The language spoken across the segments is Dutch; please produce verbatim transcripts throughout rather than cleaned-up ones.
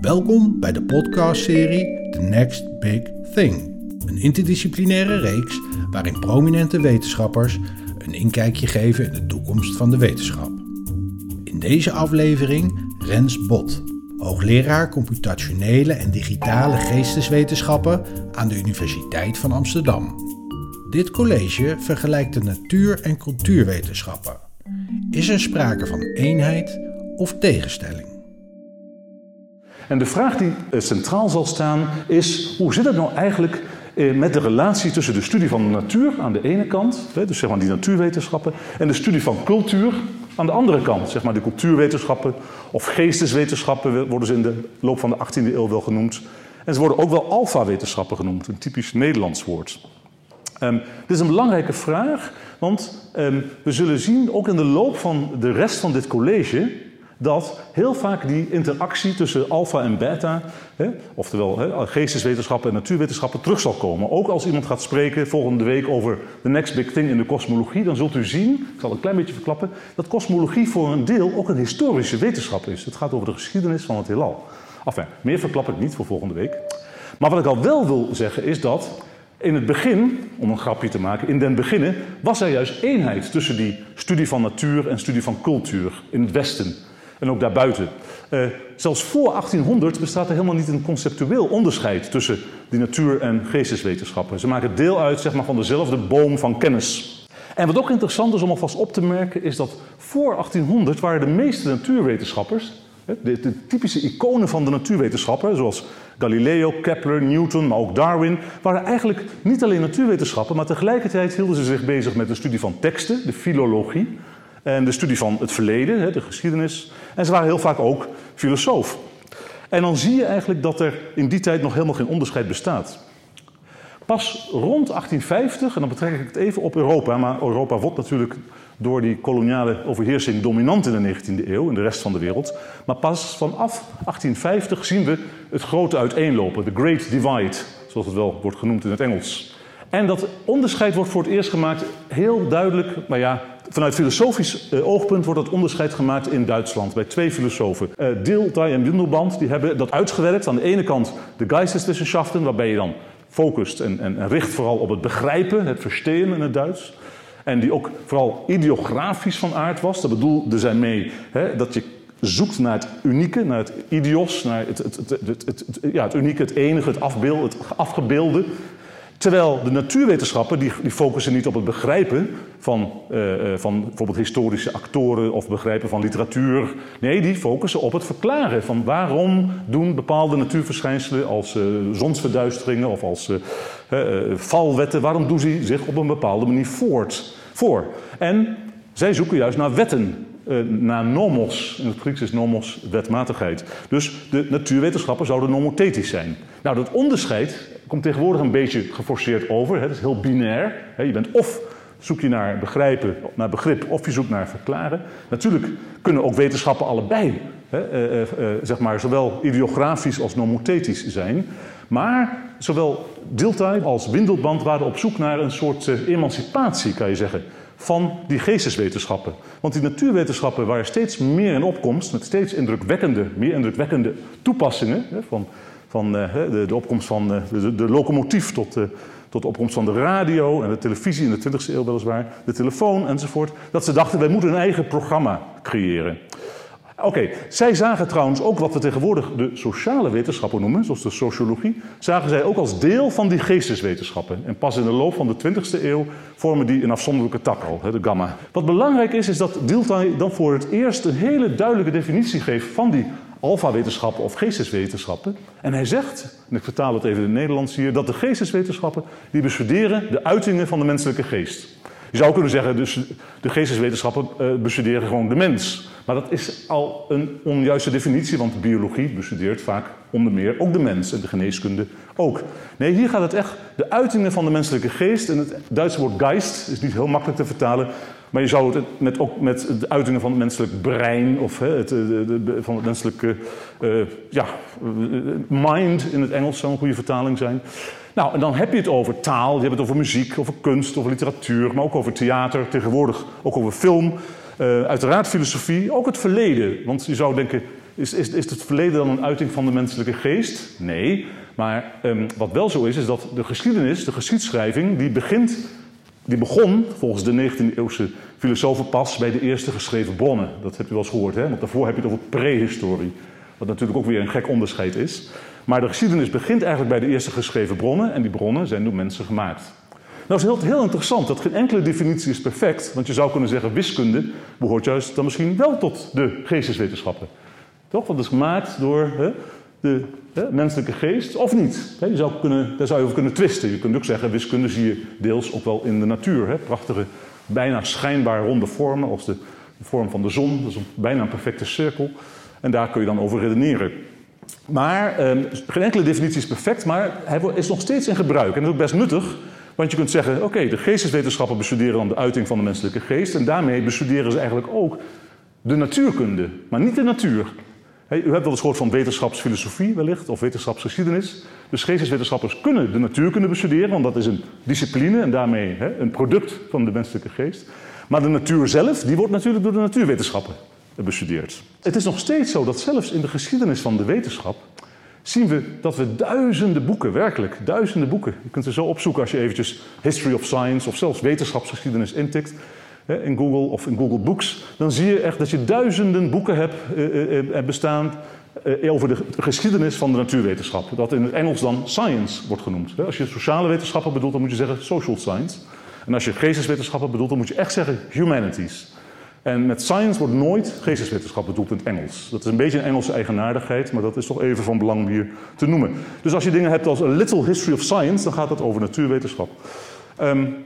Welkom bij de podcastserie The Next Big Thing. Een interdisciplinaire reeks waarin prominente wetenschappers een inkijkje geven in de toekomst van de wetenschap. In deze aflevering Rens Bot, hoogleraar computationele en digitale geesteswetenschappen aan de Universiteit van Amsterdam. Dit college vergelijkt de natuur- en cultuurwetenschappen. Is er sprake van eenheid of tegenstelling? En de vraag die centraal zal staan is, hoe zit het nou eigenlijk met de relatie tussen de studie van de natuur aan de ene kant, dus zeg maar die natuurwetenschappen, en de studie van cultuur aan de andere kant, zeg maar de cultuurwetenschappen of geesteswetenschappen worden ze in de loop van de achttiende eeuw wel genoemd. En ze worden ook wel alfa-wetenschappen genoemd, een typisch Nederlands woord. Um, dit is een belangrijke vraag, want um, we zullen zien, ook in de loop van de rest van dit college, dat heel vaak die interactie tussen alfa en beta, hè, oftewel hè, geesteswetenschappen en natuurwetenschappen, terug zal komen. Ook als iemand gaat spreken volgende week over the next big thing in de kosmologie, dan zult u zien, ik zal een klein beetje verklappen, dat kosmologie voor een deel ook een historische wetenschap is. Het gaat over de geschiedenis van het heelal. Enfin, meer verklap ik niet voor volgende week. Maar wat ik al wel wil zeggen is dat in het begin, om een grapje te maken, in den beginnen was er juist eenheid tussen die studie van natuur en studie van cultuur in het Westen. En ook daarbuiten. Uh, zelfs voor achttienhonderd bestaat er helemaal niet een conceptueel onderscheid tussen die natuur- en geesteswetenschappen. Ze maken deel uit, zeg maar, van dezelfde boom van kennis. En wat ook interessant is om alvast op te merken, is dat voor achttienhonderd waren de meeste natuurwetenschappers, de, de typische iconen van de natuurwetenschappen, zoals Galileo, Kepler, Newton, maar ook Darwin, waren eigenlijk niet alleen natuurwetenschappen, maar tegelijkertijd hielden ze zich bezig met de studie van teksten, de filologie, en de studie van het verleden, de geschiedenis. En ze waren heel vaak ook filosoof. En dan zie je eigenlijk dat er in die tijd nog helemaal geen onderscheid bestaat. Pas rond achttienvijftig, en dan betrek ik het even op Europa, maar Europa wordt natuurlijk door die koloniale overheersing dominant in de negentiende eeuw, in de rest van de wereld. Maar pas vanaf achttienvijftig zien we het grote uiteenlopen, the Great Divide, zoals het wel wordt genoemd in het Engels. En dat onderscheid wordt voor het eerst gemaakt heel duidelijk, maar ja, vanuit filosofisch uh, oogpunt wordt dat onderscheid gemaakt in Duitsland bij twee filosofen. Uh, Dilthey en Windelband die hebben dat uitgewerkt. Aan de ene kant de Geisteswissenschaften, waarbij je dan focust en, en, en richt vooral op het begrijpen, het verstehen in het Duits. En die ook vooral ideografisch van aard was. Daar bedoelde zij mee hè, dat je zoekt naar het unieke, naar het idios, naar het, het, het, het, het, het, ja, het unieke, het enige, het afbeeld, het afgebeelde. Terwijl de natuurwetenschappen die, die focussen niet op het begrijpen van, uh, van bijvoorbeeld historische actoren of begrijpen van literatuur. Nee, die focussen op het verklaren van waarom doen bepaalde natuurverschijnselen als uh, zonsverduisteringen of als uh, uh, valwetten, waarom doen ze zich op een bepaalde manier voort, voor. En zij zoeken juist naar wetten. Uh, naar nomos. In het Grieks is nomos wetmatigheid. Dus de natuurwetenschappen zouden nomothetisch zijn. Nou, dat onderscheid komt tegenwoordig een beetje geforceerd over. Hè. Het is heel binair. Hè. Je bent of zoek je naar begrijpen, naar begrip, of je zoekt naar verklaren. Natuurlijk kunnen ook wetenschappen allebei, hè, uh, uh, zeg maar, zowel ideografisch als nomothetisch zijn. Maar zowel Dilthey als Windelband waren op zoek naar een soort uh, emancipatie, kan je zeggen, van die geesteswetenschappen. Want die natuurwetenschappen waren steeds meer in opkomst, met steeds indrukwekkende, meer indrukwekkende toepassingen. Hè, van van uh, de, de opkomst van uh, de, de locomotief tot, uh, tot de opkomst van de radio en de televisie in de twintigste eeuw weliswaar, de telefoon enzovoort. Dat ze dachten, wij moeten een eigen programma creëren. Oké, okay. Zij zagen trouwens ook wat we tegenwoordig de sociale wetenschappen noemen, zoals de sociologie, zagen zij ook als deel van die geesteswetenschappen. En pas in de loop van de twintigste eeuw vormen die een afzonderlijke tak al, de gamma. Wat belangrijk is, is dat Dilthey dan voor het eerst een hele duidelijke definitie geeft van die alfa-wetenschappen of geesteswetenschappen. En hij zegt, en ik vertaal het even in het Nederlands hier, dat de geesteswetenschappen die bestuderen de uitingen van de menselijke geest. Je zou kunnen zeggen, dus de geesteswetenschappen uh, bestuderen gewoon de mens. Maar dat is al een onjuiste definitie, want de biologie bestudeert vaak onder meer ook de mens en de geneeskunde ook. Nee, hier gaat het echt de uitingen van de menselijke geest. En het Duitse woord Geist is niet heel makkelijk te vertalen. Maar je zou het met, ook met de uitingen van het menselijk brein of hè, het, de, de, van het menselijke uh, ja, mind in het Engels zou een goede vertaling zijn. Nou, en dan heb je het over taal, je hebt het over muziek, over kunst, over literatuur, maar ook over theater, tegenwoordig ook over film. Uh, uiteraard filosofie, ook het verleden. Want je zou denken, Is, is, is het verleden dan een uiting van de menselijke geest? Nee. Maar um, wat wel zo is, is dat de geschiedenis, de geschiedschrijving, die begint, die begon volgens de negentiende-eeuwse filosofen pas bij de eerste geschreven bronnen. Dat hebt u wel eens gehoord, hè? Want daarvoor heb je het over prehistorie. Wat natuurlijk ook weer een gek onderscheid is. Maar de geschiedenis begint eigenlijk bij de eerste geschreven bronnen. En die bronnen zijn door mensen gemaakt. Nou is het heel, heel interessant dat geen enkele definitie is perfect. Want je zou kunnen zeggen, wiskunde behoort juist dan misschien wel tot de geesteswetenschappen. Toch? Want het is gemaakt door hè, de hè, menselijke geest, of niet. Hè, je zou kunnen, daar zou je over kunnen twisten. Je kunt ook zeggen, wiskunde zie je deels ook wel in de natuur. Hè? Prachtige, bijna schijnbaar ronde vormen, als de, de vorm van de zon. Dat is een, bijna een perfecte cirkel. En daar kun je dan over redeneren. Maar eh, geen enkele definitie is perfect, maar hij is nog steeds in gebruik. En dat is ook best nuttig, want je kunt zeggen, oké, okay, de geesteswetenschappen bestuderen dan de uiting van de menselijke geest. En daarmee bestuderen ze eigenlijk ook de natuurkunde, maar niet de natuur. Hey, u hebt wel eens gehoord van wetenschapsfilosofie wellicht, of wetenschapsgeschiedenis. Dus geesteswetenschappers kunnen de natuurkunde bestuderen, want dat is een discipline en daarmee hè, een product van de menselijke geest. Maar de natuur zelf, die wordt natuurlijk door de natuurwetenschappen bestudeerd. Het is nog steeds zo dat zelfs in de geschiedenis van de wetenschap zien we dat we duizenden boeken, werkelijk duizenden boeken, je kunt ze zo opzoeken als je eventjes History of Science of zelfs wetenschapsgeschiedenis intikt hè, in Google of in Google Books, dan zie je echt dat je duizenden boeken hebt eh, eh, bestaan eh, over de geschiedenis van de natuurwetenschap. Dat in het Engels dan science wordt genoemd. Als je sociale wetenschappen bedoelt, dan moet je zeggen social science. En als je geesteswetenschappen bedoelt, dan moet je echt zeggen humanities. En met science wordt nooit geesteswetenschap bedoeld in het Engels. Dat is een beetje een Engelse eigenaardigheid, maar dat is toch even van belang om hier te noemen. Dus als je dingen hebt als A Little History of Science, dan gaat dat over natuurwetenschap. Um,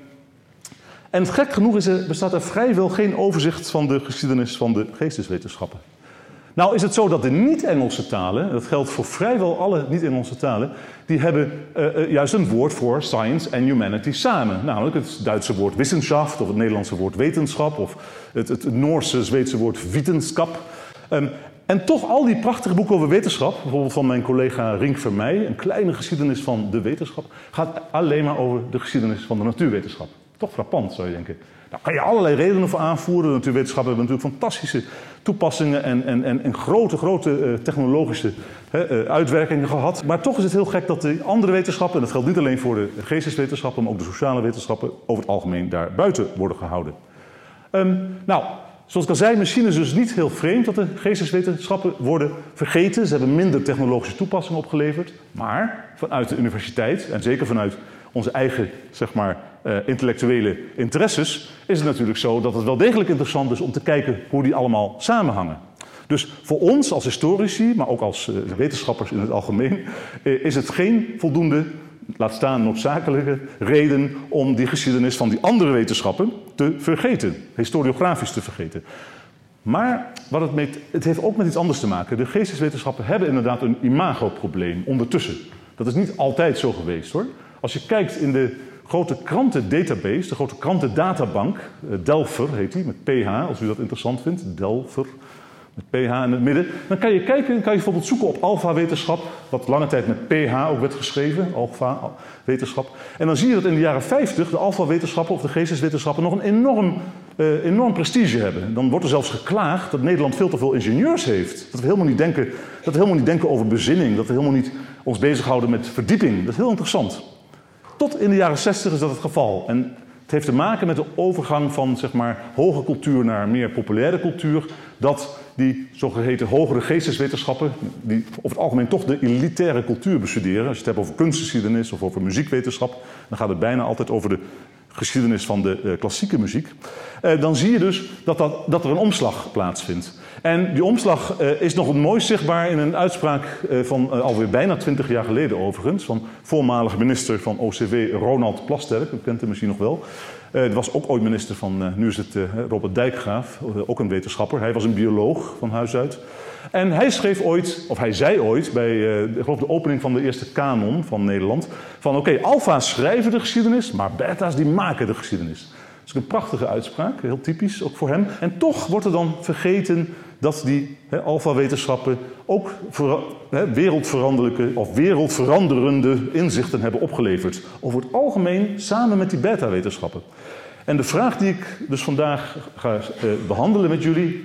en gek genoeg is er, bestaat er vrijwel geen overzicht van de geschiedenis van de geesteswetenschappen. Nou is het zo dat de niet-Engelse talen, dat geldt voor vrijwel alle niet-Engelse talen, die hebben uh, uh, juist een woord voor science en humanity samen. Namelijk het Duitse woord Wissenschaft of het Nederlandse woord wetenschap of het, het Noorse, Zweedse woord wetenschap. Um, en toch al die prachtige boeken over wetenschap, bijvoorbeeld van mijn collega Rink Vermeij, een kleine geschiedenis van de wetenschap, gaat alleen maar over de geschiedenis van de natuurwetenschap. Toch frappant, zou je denken. Daar kan je allerlei redenen voor aanvoeren. De natuurwetenschappen hebben natuurlijk fantastische toepassingen en, en, en, en grote, grote uh, technologische uh, uitwerkingen gehad. Maar toch is het heel gek dat de andere wetenschappen, en dat geldt niet alleen voor de geesteswetenschappen, maar ook de sociale wetenschappen, over het algemeen daar buiten worden gehouden. Um, nou, zoals ik al zei, misschien is het dus niet heel vreemd dat de geesteswetenschappen worden vergeten. Ze hebben minder technologische toepassingen opgeleverd. Maar vanuit de universiteit, en zeker vanuit onze eigen, zeg maar, uh, intellectuele interesses, is het natuurlijk zo dat het wel degelijk interessant is om te kijken hoe die allemaal samenhangen. Dus voor ons als historici, maar ook als uh, wetenschappers in het algemeen, uh, is het geen voldoende, laat staan noodzakelijke reden om die geschiedenis van die andere wetenschappen te vergeten, historiografisch te vergeten. Maar wat het, met, het heeft ook met iets anders te maken. De geesteswetenschappen hebben inderdaad een imagoprobleem ondertussen. Dat is niet altijd zo geweest, hoor. Als je kijkt in de grote krantendatabase, de grote krantendatabank, Delfer heet die, met P H, als u dat interessant vindt, Delfer, met P H in het midden. Dan kan je kijken, kan je bijvoorbeeld zoeken op alfa-wetenschap, wat lange tijd met P H ook werd geschreven, alfa-wetenschap. En dan zie je dat in de jaren vijftig de alfa-wetenschappen of de geesteswetenschappen nog een enorm, uh, enorm prestige hebben. Dan wordt er zelfs geklaagd dat Nederland veel te veel ingenieurs heeft. Dat we helemaal niet denken, dat we helemaal niet denken over bezinning, dat we helemaal niet ons bezighouden met verdieping. Dat is heel interessant. Tot in de jaren zestig is dat het geval. En het heeft te maken met de overgang van, zeg maar, hoge cultuur naar meer populaire cultuur. Dat die zogeheten hogere geesteswetenschappen, die over het algemeen toch de elitaire cultuur bestuderen. Als je het hebt over kunstgeschiedenis of over muziekwetenschap, dan gaat het bijna altijd over de geschiedenis van de uh, klassieke muziek. Uh, dan zie je dus dat, dat, dat er een omslag plaatsvindt. En die omslag uh, is nog het mooist zichtbaar in een uitspraak uh, van uh, alweer bijna twintig jaar geleden overigens, van voormalig minister van O C W Ronald Plasterk, u kent hem misschien nog wel. Uh, er was ook ooit minister van, uh, nu is het uh, Robert Dijkgraaf, uh, ook een wetenschapper. Hij was een bioloog van huis uit. En hij schreef ooit, of hij zei ooit, bij uh, ik geloof de opening van de eerste kanon van Nederland, van oké, okay, alfa's schrijven de geschiedenis, maar beta's die maken de geschiedenis. Dat is een prachtige uitspraak, heel typisch ook voor hem. En toch wordt er dan vergeten dat die he, alfa-wetenschappen ook ver, he, wereldveranderlijke of wereldveranderende inzichten hebben opgeleverd. Over het algemeen samen met die beta-wetenschappen. En de vraag die ik dus vandaag ga uh, behandelen met jullie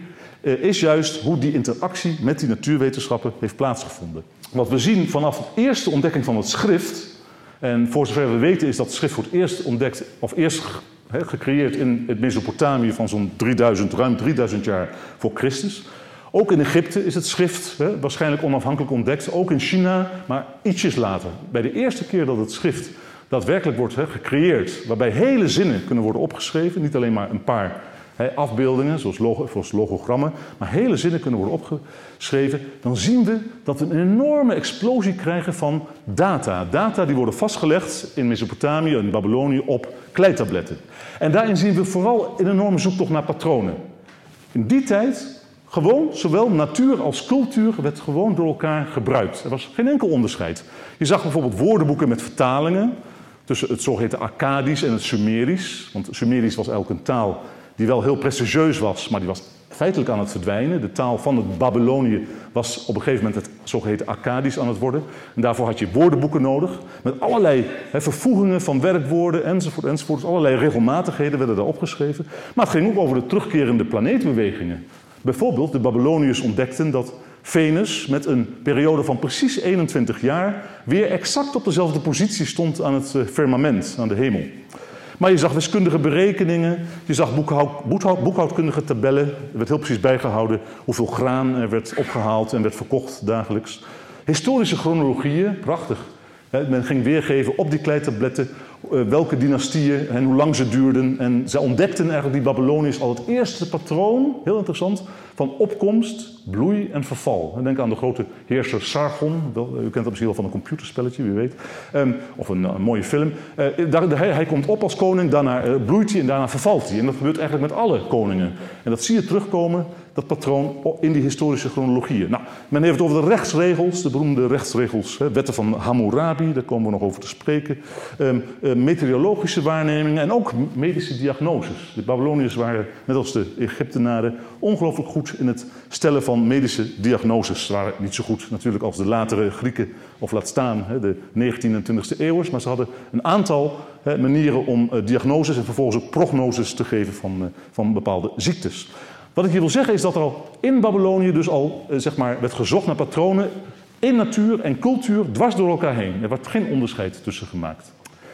uh, is juist hoe die interactie met die natuurwetenschappen heeft plaatsgevonden. Wat we zien vanaf de eerste ontdekking van het schrift, en voor zover we weten is dat het schrift voor het eerst ontdekt, of eerst he, gecreëerd in het Mesopotamië van zo'n drieduizend, ruim drieduizend jaar voor Christus. Ook in Egypte is het schrift he, waarschijnlijk onafhankelijk ontdekt, ook in China, maar ietsjes later. Bij de eerste keer dat het schrift daadwerkelijk wordt he, gecreëerd, waarbij hele zinnen kunnen worden opgeschreven, niet alleen maar een paar he, afbeeldingen, zoals, logo, zoals logogrammen, maar hele zinnen kunnen worden opgeschreven, dan zien we dat we een enorme explosie krijgen van data. Data die worden vastgelegd in Mesopotamië en Babylonië op kleitabletten. En daarin zien we vooral een enorme zoektocht naar patronen. In die tijd, gewoon, zowel natuur als cultuur werd gewoon door elkaar gebruikt. Er was geen enkel onderscheid. Je zag bijvoorbeeld woordenboeken met vertalingen tussen het zogeheten Akkadisch en het Sumerisch. Want Sumerisch was eigenlijk een taal die wel heel prestigieus was, maar die was feitelijk aan het verdwijnen. De taal van het Babylonië was op een gegeven moment het zogeheten Akkadisch aan het worden. En daarvoor had je woordenboeken nodig, met allerlei he, vervoegingen van werkwoorden enzovoort, enzovoort. Dus allerlei regelmatigheden werden daar opgeschreven. Maar het ging ook over de terugkerende planeetbewegingen. Bijvoorbeeld, de Babyloniërs ontdekten dat Venus met een periode van precies eenentwintig jaar weer exact op dezelfde positie stond aan het firmament, aan de hemel. Maar je zag wiskundige berekeningen, je zag boekhoud, boekhoud, boekhoudkundige tabellen. Er werd heel precies bijgehouden hoeveel graan er werd opgehaald en werd verkocht dagelijks. Historische chronologieën, prachtig. Men ging weergeven op die kleitabletten welke dynastieën en hoe lang ze duurden. En zij ontdekten eigenlijk die Babyloniërs al het eerste patroon, heel interessant, van opkomst, bloei en verval. Denk aan de grote heerser Sargon, u kent dat misschien wel van een computerspelletje, wie weet. Um, of een, een mooie film. Uh, daar, hij, hij komt op als koning, daarna uh, bloeit hij en daarna vervalt hij. En dat gebeurt eigenlijk met alle koningen. En dat zie je terugkomen, dat patroon, in die historische chronologieën. Nou, men heeft het over de rechtsregels, de beroemde rechtsregels, hè, wetten van Hammurabi, daar komen we nog over te spreken. Um, uh, meteorologische waarnemingen en ook medische diagnoses. De Babyloniërs waren, net als de Egyptenaren, ongelooflijk goed in het stellen van medische diagnoses. Ze waren niet zo goed natuurlijk als de latere Grieken, of laat staan hè, de negentiende en twintigste eeuwers, maar ze hadden een aantal hè, manieren om uh, diagnoses en vervolgens ook prognoses te geven van, uh, van bepaalde ziektes. Wat ik hier wil zeggen is dat er al in Babylonië dus al uh, zeg maar, werd gezocht naar patronen in natuur en cultuur dwars door elkaar heen. Er werd geen onderscheid tussen gemaakt.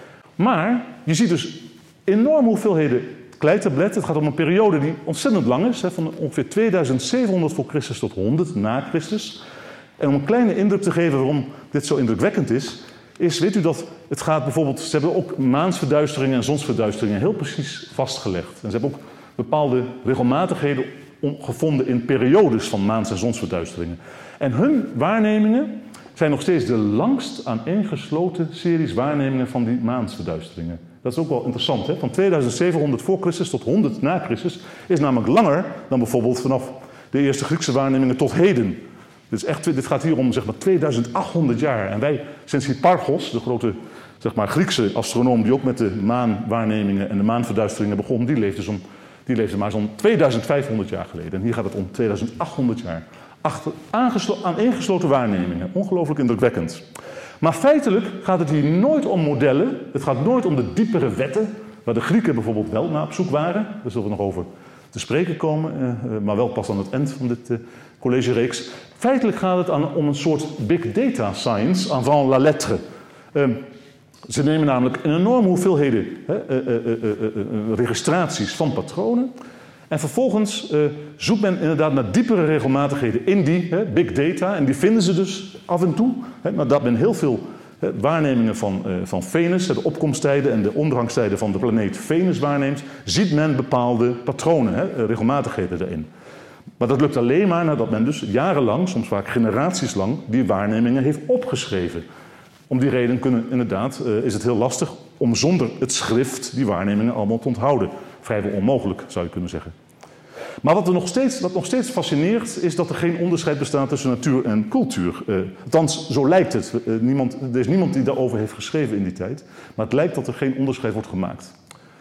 Maar je ziet dus enorme hoeveelheden kleitabletten. Het gaat om een periode die ontzettend lang is, hè, van ongeveer tweeduizend zevenhonderd voor Christus tot honderd na Christus. En om een kleine indruk te geven waarom dit zo indrukwekkend is, is, weet u dat het gaat bijvoorbeeld, ze hebben ook maansverduisteringen en zonsverduisteringen heel precies vastgelegd. En ze hebben ook bepaalde regelmatigheden gevonden in periodes van maans- en zonsverduisteringen. En hun waarnemingen zijn nog steeds de langst aaneengesloten series waarnemingen van die maansverduisteringen. Dat is ook wel interessant, hè? Van tweeduizend zevenhonderd voor Christus tot honderd na Christus is namelijk langer dan bijvoorbeeld vanaf de eerste Griekse waarnemingen tot heden. Dit, is echt, dit gaat hier om zeg maar tweeduizend achthonderd jaar. En wij, sinds Hipparchos, de grote zeg maar, Griekse astronoom die ook met de maanwaarnemingen en de maanverduisteringen begon, die leefde, zo'n, die leefde maar zo'n tweeduizend vijfhonderd jaar geleden. En hier gaat het om tweeduizend achthonderd jaar. Achter, aangeslo, aaneengesloten waarnemingen. Ongelooflijk indrukwekkend. Maar feitelijk gaat het hier nooit om modellen. Het gaat nooit om de diepere wetten, waar de Grieken bijvoorbeeld wel naar op zoek waren. Daar zullen we nog over te spreken komen, eh, maar wel pas aan het eind van dit eh, collegereeks. Feitelijk gaat het aan, om een soort big data science avant la lettre. Uh, ze nemen namelijk een enorme hoeveelheden hè, uh, uh, uh, uh, uh, registraties van patronen. En vervolgens uh, zoekt men inderdaad naar diepere regelmatigheden in die hè, big data. En die vinden ze dus af en toe. Hè, nadat men heel veel hè, waarnemingen van, uh, van Venus, de opkomsttijden en de ondergangstijden van de planeet Venus waarneemt, ziet men bepaalde patronen, hè, regelmatigheden daarin. Maar dat lukt alleen maar nadat men dus jarenlang, soms vaak generaties lang, die waarnemingen heeft opgeschreven. Om die reden kunnen, inderdaad, uh, is het heel lastig om zonder het schrift die waarnemingen allemaal te onthouden. Vrijwel onmogelijk, zou je kunnen zeggen. Maar wat, er nog steeds, wat nog steeds fascineert, is dat er geen onderscheid bestaat tussen natuur en cultuur. Uh, althans, zo lijkt het. Uh, niemand, er is niemand die daarover heeft geschreven in die tijd. Maar het lijkt dat er geen onderscheid wordt gemaakt.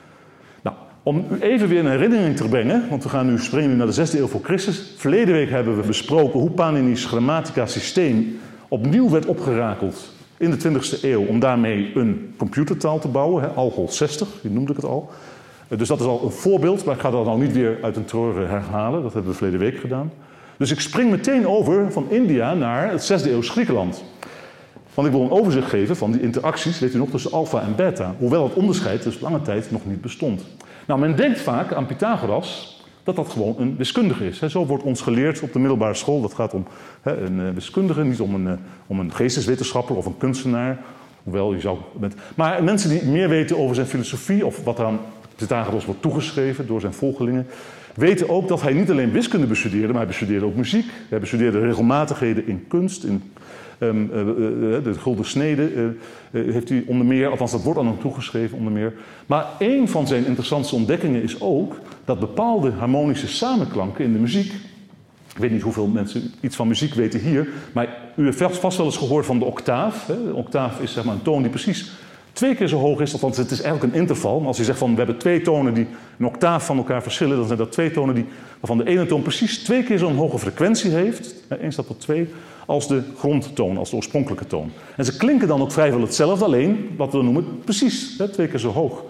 Nou, om u even weer een herinnering te brengen, want we gaan nu springen nu naar de zesde eeuw voor Christus. Verleden week hebben we besproken hoe Panini's grammatica-systeem opnieuw werd opgerakeld in de twintigste eeuw om daarmee een computertaal te bouwen, hè, Algol zestig, die noemde ik het al. Dus dat is al een voorbeeld, maar ik ga dat nou niet weer uit een treuren herhalen. Dat hebben we verleden week gedaan. Dus ik spring meteen over van India naar het zesde eeuws Griekenland. Want ik wil een overzicht geven van die interacties, weet u nog, tussen alfa en beta. Hoewel het onderscheid dus lange tijd nog niet bestond. Nou, men denkt vaak aan Pythagoras dat dat gewoon een wiskundige is. Zo wordt ons geleerd op de middelbare school. Dat gaat om een wiskundige, niet om een, om een geesteswetenschapper of een kunstenaar. Hoewel, je zou... Met... Maar mensen die meer weten over zijn filosofie of wat er aan Pythagoras wordt toegeschreven door zijn volgelingen, weten ook dat hij niet alleen wiskunde bestudeerde, maar hij bestudeerde ook muziek. Hij bestudeerde regelmatigheden in kunst, in um, uh, uh, de gulden snede uh, uh, heeft hij onder meer, althans dat wordt aan hem toegeschreven onder meer. Maar een van zijn interessantste ontdekkingen is ook dat bepaalde harmonische samenklanken in de muziek, ik weet niet hoeveel mensen iets van muziek weten hier, maar u heeft vast wel eens gehoord van de octaaf. Hè? De octaaf is zeg maar een toon die precies twee keer zo hoog is, althans het is eigenlijk een interval. Maar als je zegt van we hebben twee tonen die een octaaf van elkaar verschillen, dan zijn dat twee tonen die, waarvan de ene toon precies twee keer zo'n hoge frequentie heeft, één staat tot twee, als de grondtoon, als de oorspronkelijke toon. En ze klinken dan ook vrijwel hetzelfde, alleen wat we noemen precies hè, twee keer zo hoog.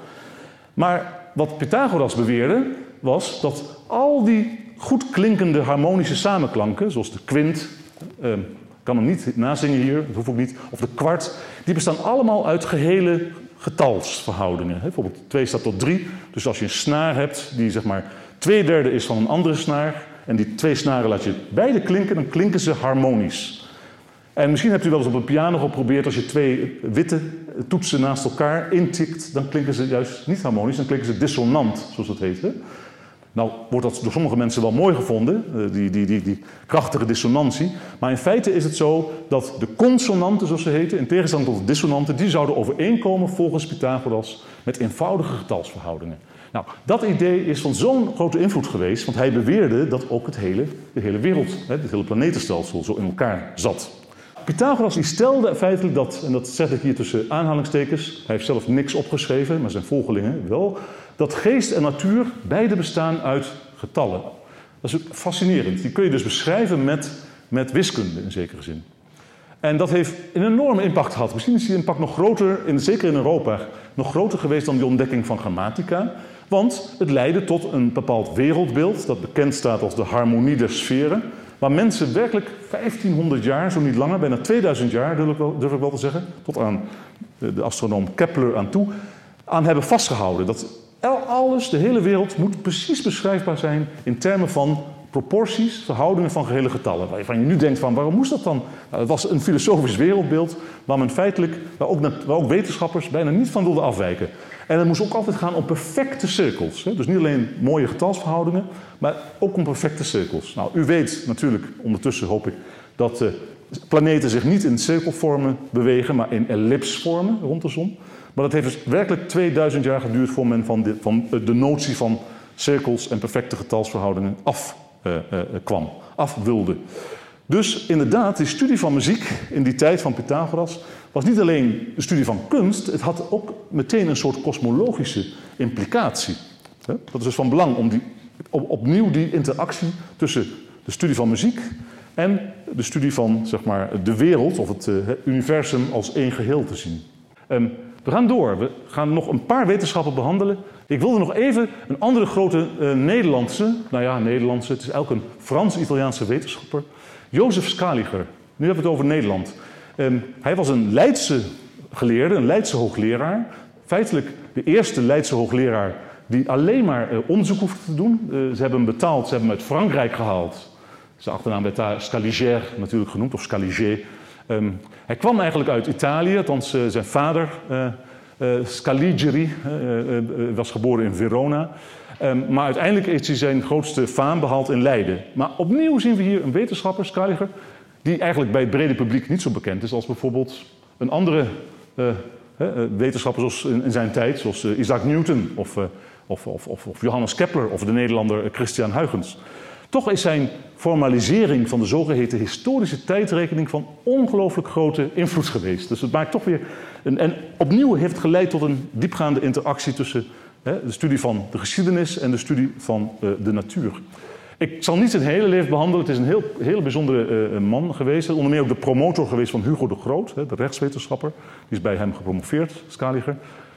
Maar wat Pythagoras beweerde was dat al die goed klinkende harmonische samenklanken, zoals de kwint, eh, ik kan hem niet nazingen hier, dat hoef ik niet, of de kwart, die bestaan allemaal uit gehele getalsverhoudingen. Bijvoorbeeld twee staat tot drie, dus als je een snaar hebt die zeg maar twee derde is van een andere snaar en die twee snaren laat je beide klinken, dan klinken ze harmonisch. En misschien hebt u wel eens op een piano geprobeerd, als je twee witte toetsen naast elkaar intikt, dan klinken ze juist niet harmonisch, dan klinken ze dissonant, zoals dat heet. Hè? Nou wordt dat door sommige mensen wel mooi gevonden, die, die, die, die krachtige dissonantie. Maar in feite is het zo dat de consonanten, zoals ze heten, in tegenstelling tot de dissonanten, die zouden overeenkomen volgens Pythagoras met eenvoudige getalsverhoudingen. Nou, dat idee is van zo'n grote invloed geweest, want hij beweerde dat ook het hele, de hele wereld, het hele planetenstelsel zo in elkaar zat. Pythagoras die stelde feitelijk dat, en dat zet ik hier tussen aanhalingstekens, hij heeft zelf niks opgeschreven, maar zijn volgelingen wel, dat geest en natuur beide bestaan uit getallen. Dat is ook fascinerend. Die kun je dus beschrijven met, met wiskunde in zekere zin. En dat heeft een enorme impact gehad. Misschien is die impact nog groter, in, zeker in Europa, nog groter geweest dan die ontdekking van grammatica. Want het leidde tot een bepaald wereldbeeld dat bekend staat als de harmonie der sferen. Waar mensen werkelijk vijftienhonderd jaar, zo niet langer, bijna tweeduizend jaar, durf ik wel, durf ik wel te zeggen, tot aan de astronoom Kepler aan toe, aan hebben vastgehouden. Dat alles, de hele wereld, moet precies beschrijfbaar zijn in termen van proporties, verhoudingen van gehele getallen. Waarvan je nu denkt van, waarom moest dat dan? Nou, het was een filosofisch wereldbeeld waar men feitelijk, waar ook, waar ook wetenschappers bijna niet van wilden afwijken. En het moest ook altijd gaan om perfecte cirkels. Hè? Dus niet alleen mooie getalsverhoudingen, maar ook om perfecte cirkels. Nou, u weet natuurlijk, ondertussen hoop ik, dat uh, planeten zich niet in cirkelvormen bewegen, maar in ellipsvormen rond de zon. Maar dat heeft dus werkelijk tweeduizend jaar geduurd voor men van de, van de notie van cirkels en perfecte getalsverhoudingen af uh, uh, kwam, af wilde. Dus inderdaad, die studie van muziek in die tijd van Pythagoras was niet alleen de studie van kunst, het had ook meteen een soort kosmologische implicatie. Dat is dus van belang om die, op, opnieuw die interactie tussen de studie van muziek en de studie van zeg maar, de wereld of het uh, universum als één geheel te zien. Um, we gaan door. We gaan nog een paar wetenschappen behandelen. Ik wilde nog even een andere grote uh, Nederlandse, nou ja, Nederlandse, het is eigenlijk een Frans-Italiaanse wetenschapper, Jozef Scaliger. Nu hebben we het over Nederland. Um, hij was een Leidse geleerde, een Leidse hoogleraar. Feitelijk de eerste Leidse hoogleraar die alleen maar uh, onderzoek hoefde te doen. Uh, ze hebben hem betaald, ze hebben hem uit Frankrijk gehaald. Zijn achternaam werd daar Scaliger natuurlijk genoemd, of Scaliger. Um, hij kwam eigenlijk uit Italië, althans uh, zijn vader, uh, uh, Scaligeri, uh, uh, uh, was geboren in Verona. Um, maar uiteindelijk heeft hij zijn grootste faam behaald in Leiden. Maar opnieuw zien we hier een wetenschapper, Scaliger, die eigenlijk bij het brede publiek niet zo bekend is als bijvoorbeeld een andere uh, uh, wetenschapper zoals in, in zijn tijd, zoals uh, Isaac Newton of, uh, of, of, of, of Johannes Kepler of de Nederlander Christian Huygens. Toch is zijn formalisering van de zogeheten historische tijdrekening van ongelooflijk grote invloed geweest. Dus het maakt toch weer een, en opnieuw heeft het geleid tot een diepgaande interactie tussen hè, de studie van de geschiedenis en de studie van uh, de natuur. Ik zal niet zijn hele leven behandelen. Het is een heel, heel bijzondere uh, man geweest. Onder meer ook de promotor geweest van Hugo de Groot, hè, de rechtswetenschapper. Die is bij hem gepromoveerd, Scaliger.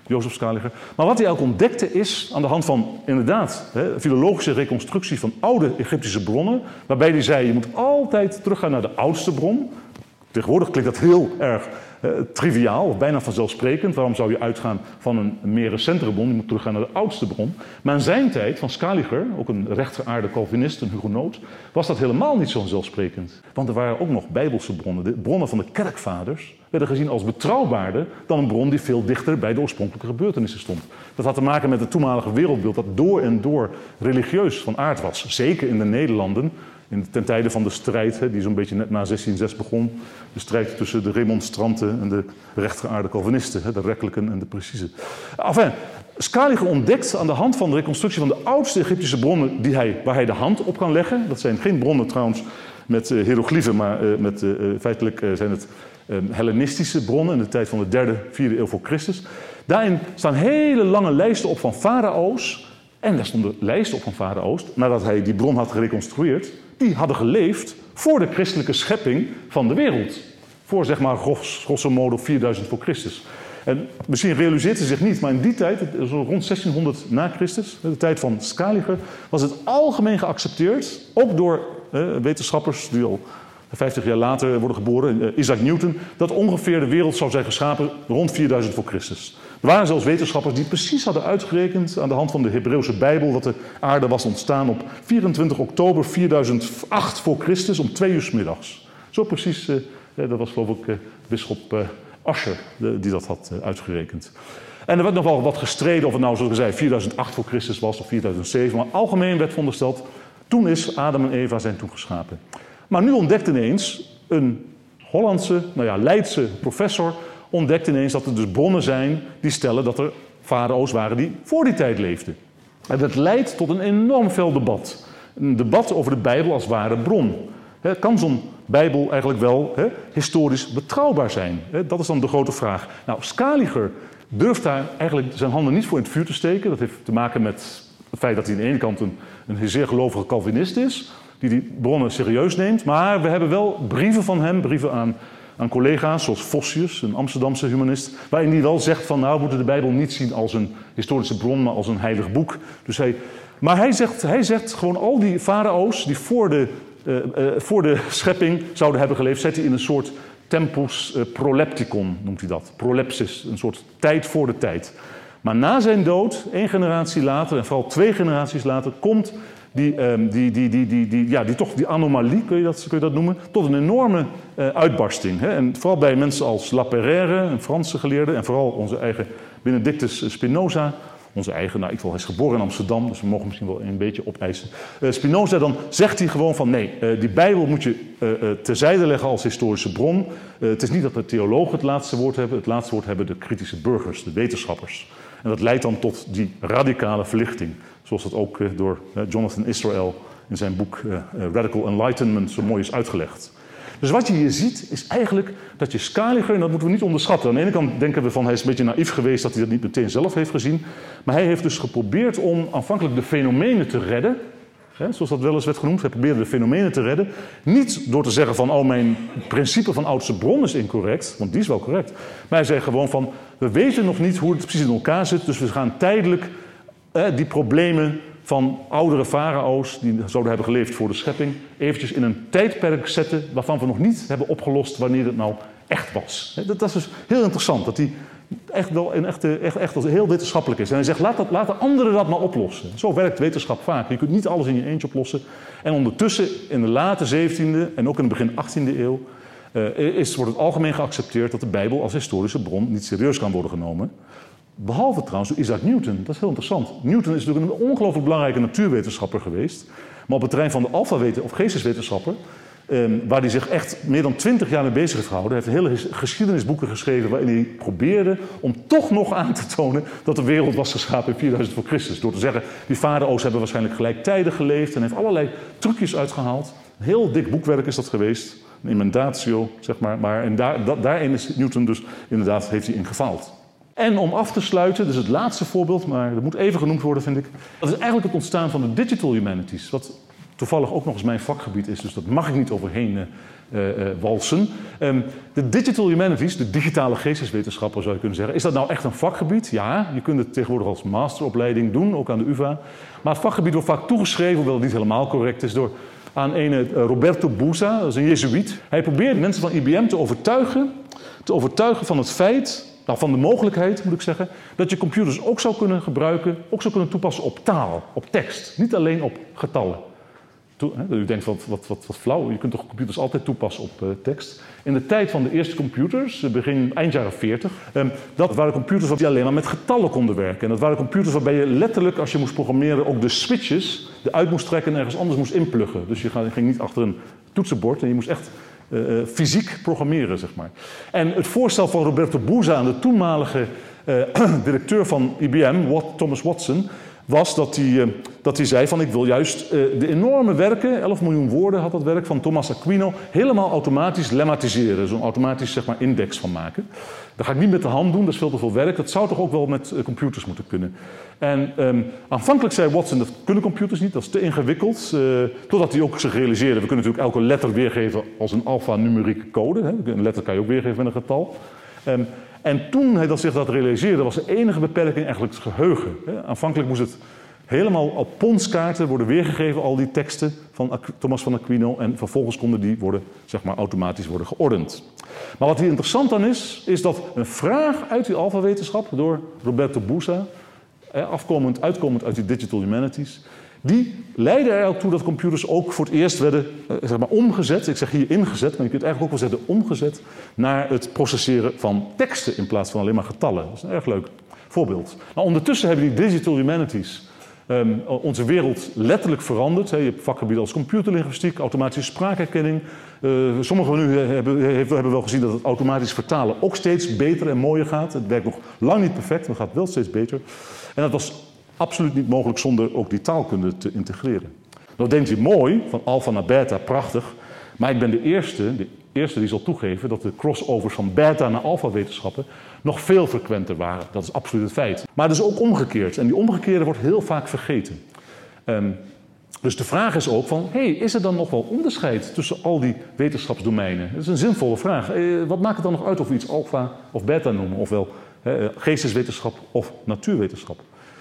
Jozef Scaliger. Maar wat hij ook ontdekte is, aan de hand van inderdaad hè, filologische reconstructie van oude Egyptische bronnen, waarbij hij zei, je moet altijd teruggaan naar de oudste bron. Tegenwoordig klinkt dat heel erg eh, triviaal, of bijna vanzelfsprekend. Waarom zou je uitgaan van een, een meer recentere bron? Je moet teruggaan naar de oudste bron. Maar in zijn tijd, van Scaliger, ook een rechtgeaarde Calvinist, een Hugenoot, was dat helemaal niet zo vanzelfsprekend. Want er waren ook nog bijbelse bronnen. De bronnen van de kerkvaders werden gezien als betrouwbaarder dan een bron die veel dichter bij de oorspronkelijke gebeurtenissen stond. Dat had te maken met het toenmalige wereldbeeld dat door en door religieus van aard was. Zeker in de Nederlanden. In, ten tijde van de strijd, hè, die zo'n beetje net na zestien zes begon. De strijd tussen de remonstranten en de rechtgeaarde Calvinisten. Hè, de rekkelijken en de precieze. Enfin, Scaliger ontdekt aan de hand van de reconstructie van de oudste Egyptische bronnen die hij, waar hij de hand op kan leggen. Dat zijn geen bronnen trouwens met uh, hieroglyphen, maar uh, met, uh, feitelijk uh, zijn het uh, Hellenistische bronnen in de tijd van de derde, vierde eeuw voor Christus. Daarin staan hele lange lijsten op van farao's. En daar stonden lijsten op van farao's, nadat hij die bron had gereconstrueerd, die hadden geleefd voor de christelijke schepping van de wereld. Voor zeg maar gros, grosso modo vierduizend voor Christus. En misschien realiseert ze zich niet, maar in die tijd, zo rond zestienhonderd na Christus, de tijd van Scaliger, was het algemeen geaccepteerd, ook door eh, wetenschappers die al vijftig jaar later worden geboren, eh, Isaac Newton, dat ongeveer de wereld zou zijn geschapen rond vierduizend voor Christus. Er waren zelfs wetenschappers die precies hadden uitgerekend aan de hand van de Hebreeuwse Bijbel dat de aarde was ontstaan op vierentwintig oktober vierduizend acht voor Christus om twee uur 's middags. Zo precies, eh, dat was geloof ik eh, bisschop eh, Ascher de, die dat had uh, uitgerekend. En er werd nog wel wat gestreden of het nou, zoals ik zei, vierduizend acht voor Christus was of vierduizend zeven. Maar algemeen werd verondersteld, toen is Adam en Eva zijn toegeschapen. Maar nu ontdekt ineens een Hollandse, nou ja, Leidse professor, ontdekt ineens dat er dus bronnen zijn die stellen dat er farao's waren die voor die tijd leefden. En dat leidt tot een enorm fel debat. Een debat over de Bijbel als ware bron. He, kan zo'n Bijbel eigenlijk wel he, historisch betrouwbaar zijn? He, dat is dan de grote vraag. Nou, Scaliger durft daar eigenlijk zijn handen niet voor in het vuur te steken. Dat heeft te maken met het feit dat hij aan de ene kant een, een zeer gelovige Calvinist is, die die bronnen serieus neemt. Maar we hebben wel brieven van hem, brieven aan, aan collega's zoals Vossius, een Amsterdamse humanist, waarin hij wel zegt van nou, we moeten de Bijbel niet zien als een historische bron, maar als een heilig boek. Dus hij, maar hij zegt, hij zegt gewoon al die farao's die voor de Uh, uh, voor de schepping zouden hebben geleefd, zet hij in een soort tempus uh, prolepticon, noemt hij dat. Prolepsis, een soort tijd voor de tijd. Maar na zijn dood, één generatie later, en vooral twee generaties later, komt die, um, die, die, die, die, die, ja, die, toch, die anomalie, kun je dat, kun je dat noemen, tot een enorme uh, uitbarsting. Hè? En vooral bij mensen als Laperere, een Franse geleerde, en vooral onze eigen Benedictus Spinoza, onze eigen, nou, ik wil, hij is geboren in Amsterdam, dus we mogen misschien wel een beetje opeisen. Uh, Spinoza, dan zegt hij gewoon van nee, uh, die Bijbel moet je uh, uh, terzijde leggen als historische bron. Uh, het is niet dat de theologen het laatste woord hebben, het laatste woord hebben de kritische burgers, de wetenschappers. En dat leidt dan tot die radicale verlichting, zoals dat ook uh, door uh, Jonathan Israel in zijn boek uh, uh, Radical Enlightenment zo mooi is uitgelegd. Dus wat je hier ziet, is eigenlijk dat je Scaliger, en dat moeten we niet onderschatten. Aan de ene kant denken we van hij is een beetje naïef geweest dat hij dat niet meteen zelf heeft gezien. Maar hij heeft dus geprobeerd om aanvankelijk de fenomenen te redden. Hè, zoals dat wel eens werd genoemd. Hij probeerde de fenomenen te redden. Niet door te zeggen van oh mijn principe van oudste bron is incorrect. Want die is wel correct. Maar hij zei gewoon van we weten nog niet hoe het precies in elkaar zit. Dus we gaan tijdelijk eh, die problemen van oudere farao's die zouden hebben geleefd voor de schepping, eventjes in een tijdperk zetten waarvan we nog niet hebben opgelost wanneer het nou echt was. Dat, dat is dus heel interessant, dat hij echt wel een echte, echt, echt heel wetenschappelijk is. En hij zegt, laat, dat, laat de anderen dat maar oplossen. Zo werkt wetenschap vaak. Je kunt niet alles in je eentje oplossen. En ondertussen, in de late zeventiende en ook in het begin achttiende eeuw, uh, is, wordt het algemeen geaccepteerd dat de Bijbel als historische bron niet serieus kan worden genomen. Behalve trouwens door Isaac Newton. Dat is heel interessant. Newton is natuurlijk een ongelooflijk belangrijke natuurwetenschapper geweest. Maar op het terrein van de alfaweten of geesteswetenschapper, eh, waar hij zich echt meer dan twintig jaar mee bezig heeft gehouden, heeft hele geschiedenisboeken geschreven waarin hij probeerde om toch nog aan te tonen dat de wereld was geschapen in vierduizend voor Christus. Door te zeggen, die farao's hebben waarschijnlijk gelijktijdig geleefd en heeft allerlei trucjes uitgehaald. Een heel dik boekwerk is dat geweest. Een emendatio, zeg maar. Maar en daar, da, daarin is Newton dus inderdaad, heeft hij in gefaald. En om af te sluiten, dus het laatste voorbeeld, maar dat moet even genoemd worden, vind ik. Dat is eigenlijk het ontstaan van de digital humanities. Wat toevallig ook nog eens mijn vakgebied is, dus dat mag ik niet overheen uh, uh, walsen. Um, de digital humanities, de digitale geesteswetenschappen zou je kunnen zeggen. Is dat nou echt een vakgebied? Ja, je kunt het tegenwoordig als masteropleiding doen, ook aan de U vA. Maar het vakgebied wordt vaak toegeschreven, hoewel het niet helemaal correct is, door aan een uh, Roberto Busa, dat is een jezuïet. Hij probeert mensen van I B M te overtuigen, te overtuigen van het feit, nou, van de mogelijkheid moet ik zeggen, dat je computers ook zou kunnen gebruiken, ook zou kunnen toepassen op taal, op tekst, niet alleen op getallen. U denkt, wat, wat, wat, wat flauw, je kunt toch computers altijd toepassen op uh, tekst. In de tijd van de eerste computers, begin eind jaren veertig, um, dat waren computers die alleen maar met getallen konden werken. En dat waren computers waarbij je letterlijk, als je moest programmeren, ook de switches eruit moest trekken en ergens anders moest inpluggen. Dus je ging niet achter een toetsenbord en je moest echt uh, uh, fysiek programmeren, zeg maar. En het voorstel van Roberto Busa aan de toenmalige uh, directeur van I B M, Wat, Thomas Watson, was dat hij, dat hij zei van ik wil juist de enorme werken, elf miljoen woorden had dat werk van Thomas Aquino, helemaal automatisch lemmatiseren. Zo'n automatisch zeg maar index van maken. Dat ga ik niet met de hand doen, dat is veel te veel werk. Dat zou toch ook wel met computers moeten kunnen. En um, aanvankelijk zei Watson dat kunnen computers niet, dat is te ingewikkeld. Uh, totdat hij ook zich realiseerde, we kunnen natuurlijk elke letter weergeven als een alfanumerieke code. Hè. Een letter kan je ook weergeven met een getal. Um, En toen hij dat zich dat realiseerde, was de enige beperking eigenlijk het geheugen. Aanvankelijk moest het helemaal op ponskaarten worden weergegeven, al die teksten van Thomas van Aquino. En vervolgens konden die worden, zeg maar, automatisch worden geordend. Maar wat hier interessant dan is, is dat een vraag uit die alfawetenschap door Roberto Busa, afkomend, uitkomend uit die digital humanities, die leidde er toe dat computers ook voor het eerst werden zeg maar, omgezet. Ik zeg hier ingezet, maar je kunt eigenlijk ook wel zeggen omgezet naar het processeren van teksten in plaats van alleen maar getallen. Dat is een erg leuk voorbeeld. Maar ondertussen hebben die digital humanities um, onze wereld letterlijk veranderd. Je hebt vakgebieden als computerlinguïstiek, automatische spraakherkenning. Uh, sommigen van u hebben, hebben wel gezien dat het automatisch vertalen ook steeds beter en mooier gaat. Het werkt nog lang niet perfect, maar het gaat wel steeds beter. En dat was absoluut niet mogelijk zonder ook die taalkunde te integreren. Nou denkt u mooi, van alfa naar beta, prachtig. Maar ik ben de eerste, de eerste die zal toegeven dat de crossovers van beta naar alfa wetenschappen nog veel frequenter waren. Dat is absoluut het feit. Maar het is ook omgekeerd. En die omgekeerde wordt heel vaak vergeten. Um, dus de vraag is ook van, hey, is er dan nog wel onderscheid tussen al die wetenschapsdomeinen? Dat is een zinvolle vraag. Eh, wat maakt het dan nog uit of we iets alfa of beta noemen? Ofwel eh, geesteswetenschap of natuurwetenschap?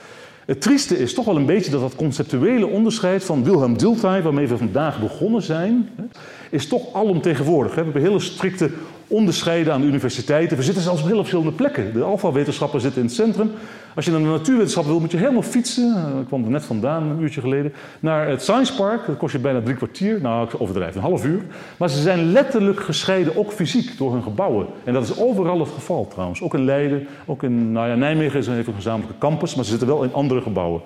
Het trieste is toch wel een beetje dat dat conceptuele onderscheid van Wilhelm Dilthey, waarmee we vandaag begonnen zijn, is toch alomtegenwoordig. We hebben hele strikte onderscheiden aan de universiteiten. We zitten zelfs op heel verschillende plekken. De alfa-wetenschappen zitten in het centrum. Als je naar de natuurwetenschap wil, moet je helemaal fietsen. Ik kwam er net vandaan, een uurtje geleden, naar het Science Park. Dat kost je bijna drie kwartier. Nou, ik overdrijf, een half uur. Maar ze zijn letterlijk gescheiden, ook fysiek, door hun gebouwen. En dat is overal het geval trouwens. Ook in Leiden, ook in nou ja, Nijmegen is een gezamenlijke campus, maar ze zitten wel in andere gebouwen.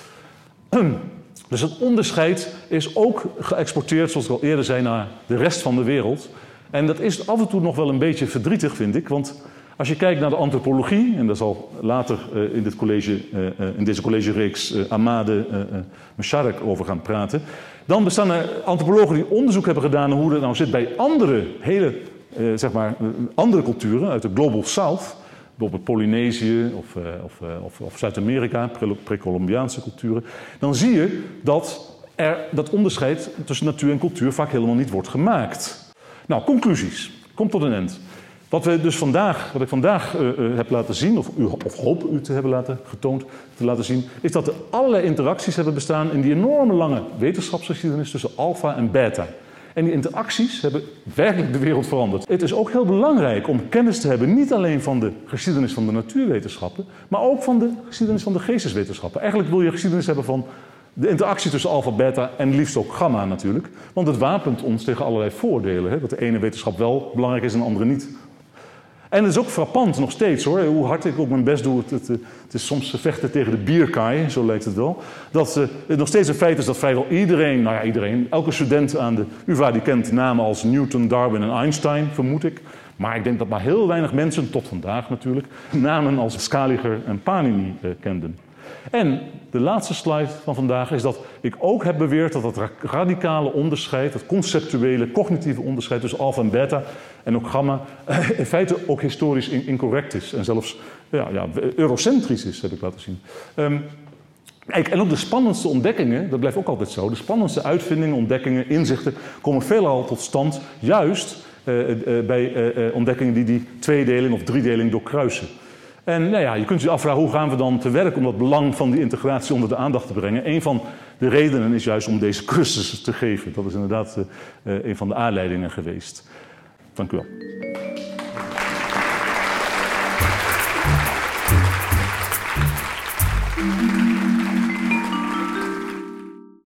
Dus het onderscheid is ook geëxporteerd, zoals ik al eerder zei, naar de rest van de wereld. En dat is af en toe nog wel een beetje verdrietig, vind ik. Want als je kijkt naar de antropologie, en daar zal later uh, in, dit college, uh, uh, in deze collegereeks uh, Amade uh, uh, Mesharek over gaan praten, dan bestaan er antropologen die onderzoek hebben gedaan naar hoe het nou zit bij andere, hele, uh, zeg maar, uh, andere culturen uit de Global South. Bijvoorbeeld Polynesië of, uh, of, uh, of, of Zuid-Amerika, pre-Columbiaanse culturen. Dan zie je dat er dat onderscheid tussen natuur en cultuur vaak helemaal niet wordt gemaakt. Nou, conclusies. Komt tot een eind. Wat, we dus vandaag, wat ik vandaag uh, uh, heb laten zien, of, u, of hoop u te hebben laten, getoond te laten zien, is dat er allerlei interacties hebben bestaan in die enorme lange wetenschapsgeschiedenis tussen alfa en beta. En die interacties hebben werkelijk de wereld veranderd. Het is ook heel belangrijk om kennis te hebben, niet alleen van de geschiedenis van de natuurwetenschappen, maar ook van de geschiedenis van de geesteswetenschappen. Eigenlijk wil je geschiedenis hebben van de interactie tussen alfa, beta en liefst ook gamma natuurlijk. Want het wapent ons tegen allerlei voordelen. Hè? Dat de ene wetenschap wel belangrijk is en de andere niet. En het is ook frappant nog steeds hoor, hoe hard ik ook mijn best doe. Het, het, het is soms vechten tegen de bierkaai, zo lijkt het wel. Dat uh, het nog steeds een feit is dat vrijwel iedereen, nou ja iedereen, elke student aan de U vA die kent namen als Newton, Darwin en Einstein, vermoed ik. Maar ik denk dat maar heel weinig mensen, tot vandaag natuurlijk, namen als Scaliger en Panini uh, kenden. En de laatste slide van vandaag is dat ik ook heb beweerd dat het radicale onderscheid, het conceptuele, cognitieve onderscheid tussen alfa en beta en ook gamma, in feite ook historisch incorrect is en zelfs ja, ja, eurocentrisch is, heb ik laten zien. Um, Kijk, en ook de spannendste ontdekkingen, dat blijft ook altijd zo, de spannendste uitvindingen, ontdekkingen, inzichten komen veelal tot stand juist uh, uh, bij uh, uh, ontdekkingen die die tweedeling of driedeling doorkruisen. En nou ja, je kunt je afvragen, hoe gaan we dan te werk om dat belang van die integratie onder de aandacht te brengen? Een van de redenen is juist om deze cursussen te geven. Dat is inderdaad uh, uh, een van de aanleidingen geweest. Dank u wel. Thank you.